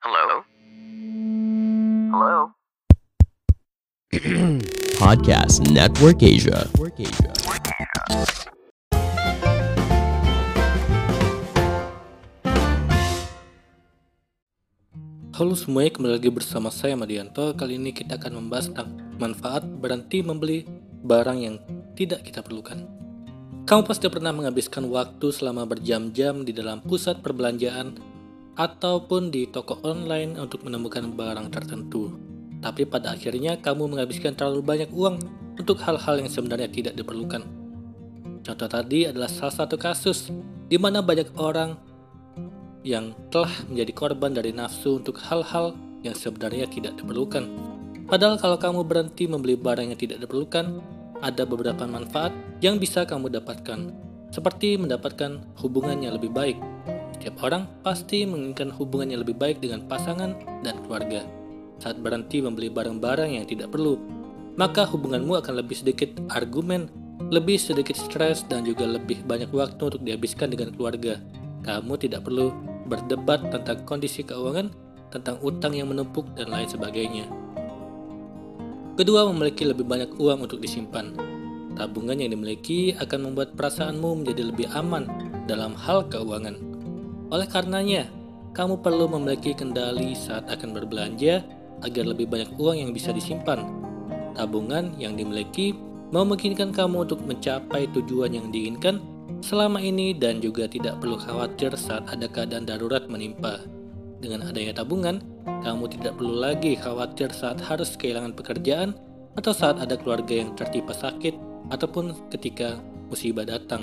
Hello? Hello? Podcast Network Asia. Halo semuanya, kembali lagi bersama saya Madianto. Kali ini kita akan membahas tentang manfaat berhenti membeli barang yang tidak kita perlukan. Kamu pasti pernah menghabiskan waktu selama berjam-jam di dalam pusat perbelanjaan ataupun di toko online untuk menemukan barang tertentu. Tapi pada akhirnya kamu menghabiskan terlalu banyak uang untuk hal-hal yang sebenarnya tidak diperlukan. Contoh tadi adalah salah satu kasus di mana banyak orang yang telah menjadi korban dari nafsu untuk hal-hal yang sebenarnya tidak diperlukan. Padahal kalau kamu berhenti membeli barang yang tidak diperlukan, ada beberapa manfaat yang bisa kamu dapatkan, seperti mendapatkan hubungan yang lebih baik. Setiap orang pasti menginginkan hubungan yang lebih baik dengan pasangan dan keluarga. Saat berhenti membeli barang-barang yang tidak perlu, maka hubunganmu akan lebih sedikit argumen, lebih sedikit stres, dan juga lebih banyak waktu untuk dihabiskan dengan keluarga. Kamu tidak perlu berdebat tentang kondisi keuangan, tentang utang yang menumpuk, dan lain sebagainya. Kedua, memiliki lebih banyak uang untuk disimpan. Tabungan yang dimiliki akan membuat perasaanmu menjadi lebih aman dalam hal keuangan. Oleh karenanya, kamu perlu memiliki kendali saat akan berbelanja agar lebih banyak uang yang bisa disimpan. Tabungan yang dimiliki memungkinkan kamu untuk mencapai tujuan yang diinginkan selama ini dan juga tidak perlu khawatir saat ada keadaan darurat menimpa. Dengan adanya tabungan, kamu tidak perlu lagi khawatir saat harus kehilangan pekerjaan atau saat ada keluarga yang tertimpa sakit ataupun ketika musibah datang.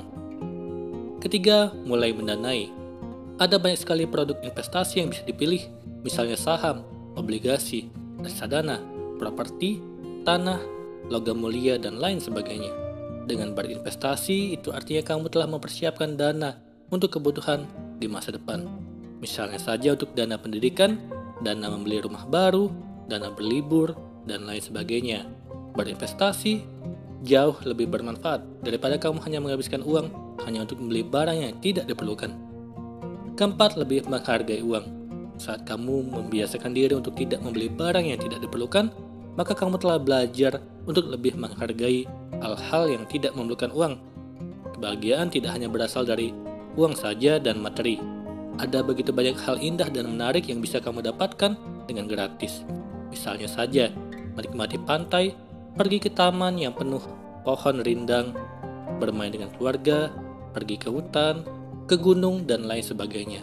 Ketiga, mulai mendanai. Ada banyak sekali produk investasi yang bisa dipilih, misalnya saham, obligasi, reksadana, properti, tanah, logam mulia, dan lain sebagainya. Dengan berinvestasi, itu artinya kamu telah mempersiapkan dana untuk kebutuhan di masa depan. Misalnya saja untuk dana pendidikan, dana membeli rumah baru, dana berlibur, dan lain sebagainya. Berinvestasi jauh lebih bermanfaat daripada kamu hanya menghabiskan uang hanya untuk membeli barang yang tidak diperlukan. Keempat, lebih menghargai uang. Saat kamu membiasakan diri untuk tidak membeli barang yang tidak diperlukan, maka kamu telah belajar untuk lebih menghargai hal-hal yang tidak memerlukan uang. Kebahagiaan tidak hanya berasal dari uang saja dan materi. Ada begitu banyak hal indah dan menarik yang bisa kamu dapatkan dengan gratis. Misalnya saja, menikmati pantai, pergi ke taman yang penuh pohon rindang, bermain dengan keluarga, pergi ke hutan, ke gunung, dan lain sebagainya.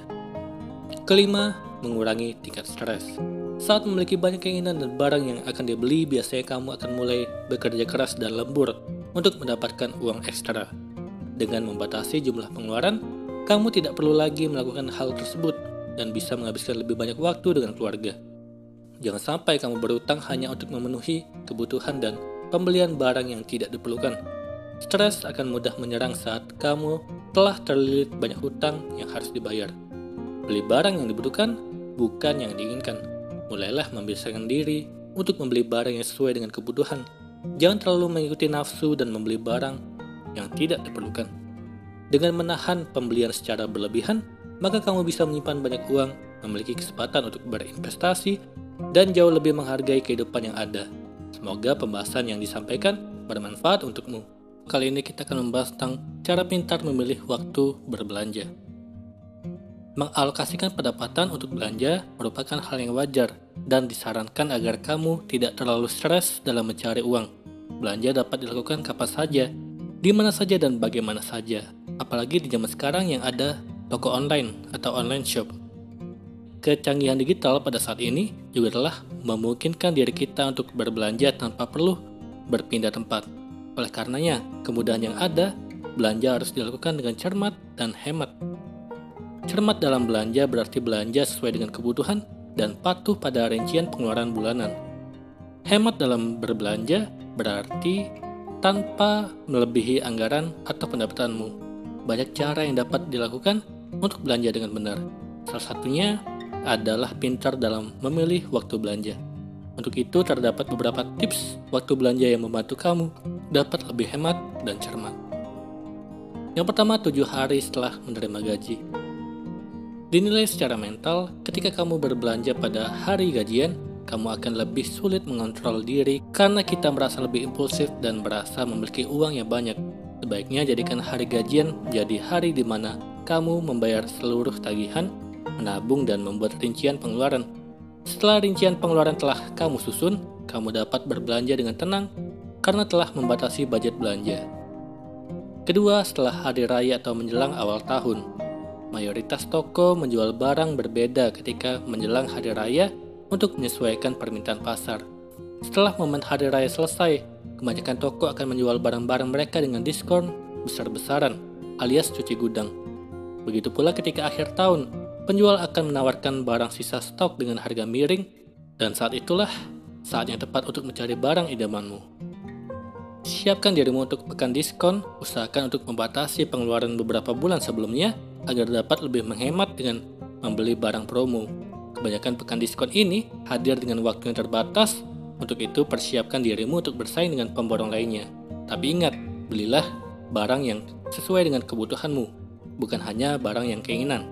Kelima, mengurangi tingkat stres. Saat memiliki banyak keinginan dan barang yang akan dibeli, biasanya kamu akan mulai bekerja keras dan lembur untuk mendapatkan uang ekstra. Dengan membatasi jumlah pengeluaran, kamu tidak perlu lagi melakukan hal tersebut dan bisa menghabiskan lebih banyak waktu dengan keluarga. Jangan sampai kamu berutang hanya untuk memenuhi kebutuhan dan pembelian barang yang tidak diperlukan. Stres akan mudah menyerang saat kamu telah terlilit banyak hutang yang harus dibayar. Beli barang yang dibutuhkan, bukan yang diinginkan. Mulailah membiasakan diri untuk membeli barang yang sesuai dengan kebutuhan. Jangan terlalu mengikuti nafsu dan membeli barang yang tidak diperlukan. Dengan menahan pembelian secara berlebihan, maka kamu bisa menyimpan banyak uang, memiliki kesempatan untuk berinvestasi, dan jauh lebih menghargai kehidupan yang ada. Semoga pembahasan yang disampaikan bermanfaat untukmu. Kali ini kita akan membahas tentang cara pintar memilih waktu berbelanja. Mengalokasikan pendapatan untuk belanja merupakan hal yang wajar dan disarankan agar kamu tidak terlalu stres dalam mencari uang. Belanja dapat dilakukan kapan saja, di mana saja, dan bagaimana saja. Apalagi di zaman sekarang yang ada toko online atau online shop. Kecanggihan digital pada saat ini juga telah memungkinkan diri kita untuk berbelanja tanpa perlu berpindah tempat. Oleh karenanya, kemudahan yang ada, belanja harus dilakukan dengan cermat dan hemat. Cermat dalam belanja berarti belanja sesuai dengan kebutuhan dan patuh pada rincian pengeluaran bulanan. Hemat dalam berbelanja berarti tanpa melebihi anggaran atau pendapatanmu. Banyak cara yang dapat dilakukan untuk belanja dengan benar. Salah satunya adalah pintar dalam memilih waktu belanja. Untuk itu terdapat beberapa tips waktu belanja yang membantu kamu dapat lebih hemat dan cermat. Yang pertama, 7 hari setelah menerima gaji. Dinilai secara mental, ketika kamu berbelanja pada hari gajian, kamu akan lebih sulit mengontrol diri karena kita merasa lebih impulsif dan merasa memiliki uang yang banyak. Sebaiknya jadikan hari gajian menjadi hari di mana kamu membayar seluruh tagihan, menabung dan membuat rincian pengeluaran. Setelah rincian pengeluaran telah kamu susun, kamu dapat berbelanja dengan tenang karena telah membatasi budget belanja. Kedua, setelah hari raya atau menjelang awal tahun, mayoritas toko menjual barang berbeda ketika menjelang hari raya untuk menyesuaikan permintaan pasar. Setelah momen hari raya selesai, kebanyakan toko akan menjual barang-barang mereka dengan diskon besar-besaran alias cuci gudang. Begitu pula ketika akhir tahun, penjual akan menawarkan barang sisa stok dengan harga miring, dan saat itulah saat yang tepat untuk mencari barang idamanmu. Siapkan dirimu untuk pekan diskon, usahakan untuk membatasi pengeluaran beberapa bulan sebelumnya agar dapat lebih menghemat dengan membeli barang promo. Kebanyakan pekan diskon ini hadir dengan waktu yang terbatas, untuk itu persiapkan dirimu untuk bersaing dengan pemborong lainnya. Tapi ingat, belilah barang yang sesuai dengan kebutuhanmu, bukan hanya barang yang keinginan.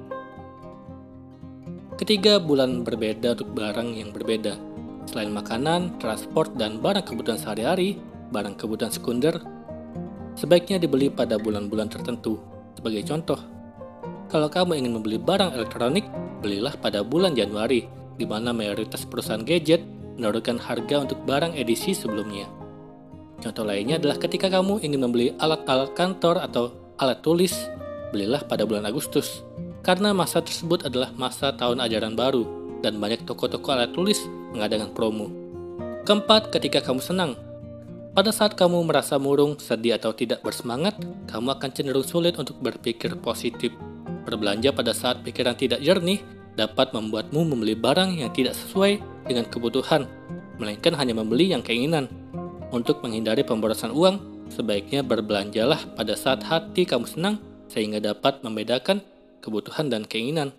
Ketiga, bulan berbeda untuk barang yang berbeda. Selain makanan, transport, dan barang kebutuhan sehari-hari, barang kebutuhan sekunder sebaiknya dibeli pada bulan-bulan tertentu. Sebagai contoh, kalau kamu ingin membeli barang elektronik, belilah pada bulan Januari, di mana mayoritas perusahaan gadget menurunkan harga untuk barang edisi sebelumnya. Contoh lainnya adalah ketika kamu ingin membeli alat-alat kantor atau alat tulis, belilah pada bulan Agustus, karena masa tersebut adalah masa tahun ajaran baru, dan banyak toko-toko alat tulis mengadakan promo. Keempat, ketika kamu senang. Pada saat kamu merasa murung, sedih, atau tidak bersemangat, kamu akan cenderung sulit untuk berpikir positif. Berbelanja pada saat pikiran tidak jernih dapat membuatmu membeli barang yang tidak sesuai dengan kebutuhan, melainkan hanya membeli yang keinginan. Untuk menghindari pemborosan uang, sebaiknya berbelanjalah pada saat hati kamu senang sehingga dapat membedakan kebutuhan dan keinginan.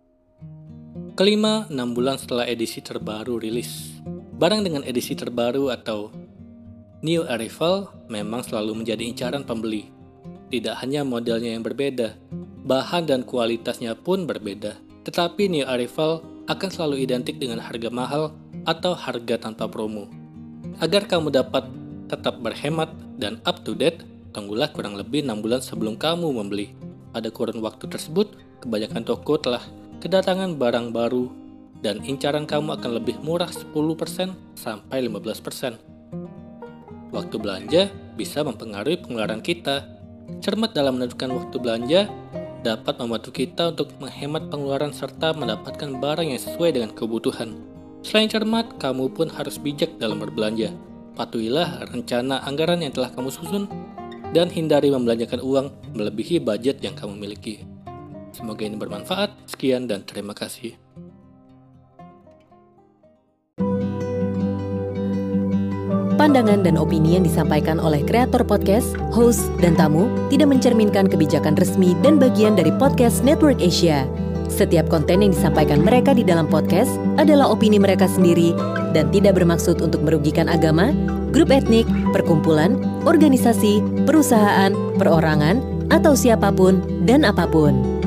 Kelima, 6 bulan setelah edisi terbaru rilis. Barang dengan edisi terbaru atau New Arrival memang selalu menjadi incaran pembeli. Tidak hanya modelnya yang berbeda, bahan dan kualitasnya pun berbeda. Tetapi New Arrival akan selalu identik dengan harga mahal atau harga tanpa promo. Agar kamu dapat tetap berhemat dan up to date, tunggulah kurang lebih 6 bulan sebelum kamu membeli. Pada kurun waktu tersebut, kebanyakan toko telah kedatangan barang baru dan incaran kamu akan lebih murah 10% sampai 15%. Waktu belanja bisa mempengaruhi pengeluaran kita. Cermat dalam menentukan waktu belanja dapat membantu kita untuk menghemat pengeluaran serta mendapatkan barang yang sesuai dengan kebutuhan. Selain cermat, kamu pun harus bijak dalam berbelanja. Patuhilah rencana anggaran yang telah kamu susun dan hindari membelanjakan uang melebihi budget yang kamu miliki. Semoga ini bermanfaat. Sekian dan terima kasih. Pandangan dan opini yang disampaikan oleh kreator podcast, host, dan tamu tidak mencerminkan kebijakan resmi dan bagian dari podcast Network Asia. Setiap konten yang disampaikan mereka di dalam podcast adalah opini mereka sendiri dan tidak bermaksud untuk merugikan agama, grup etnik, perkumpulan, organisasi, perusahaan, perorangan, atau siapapun dan apapun.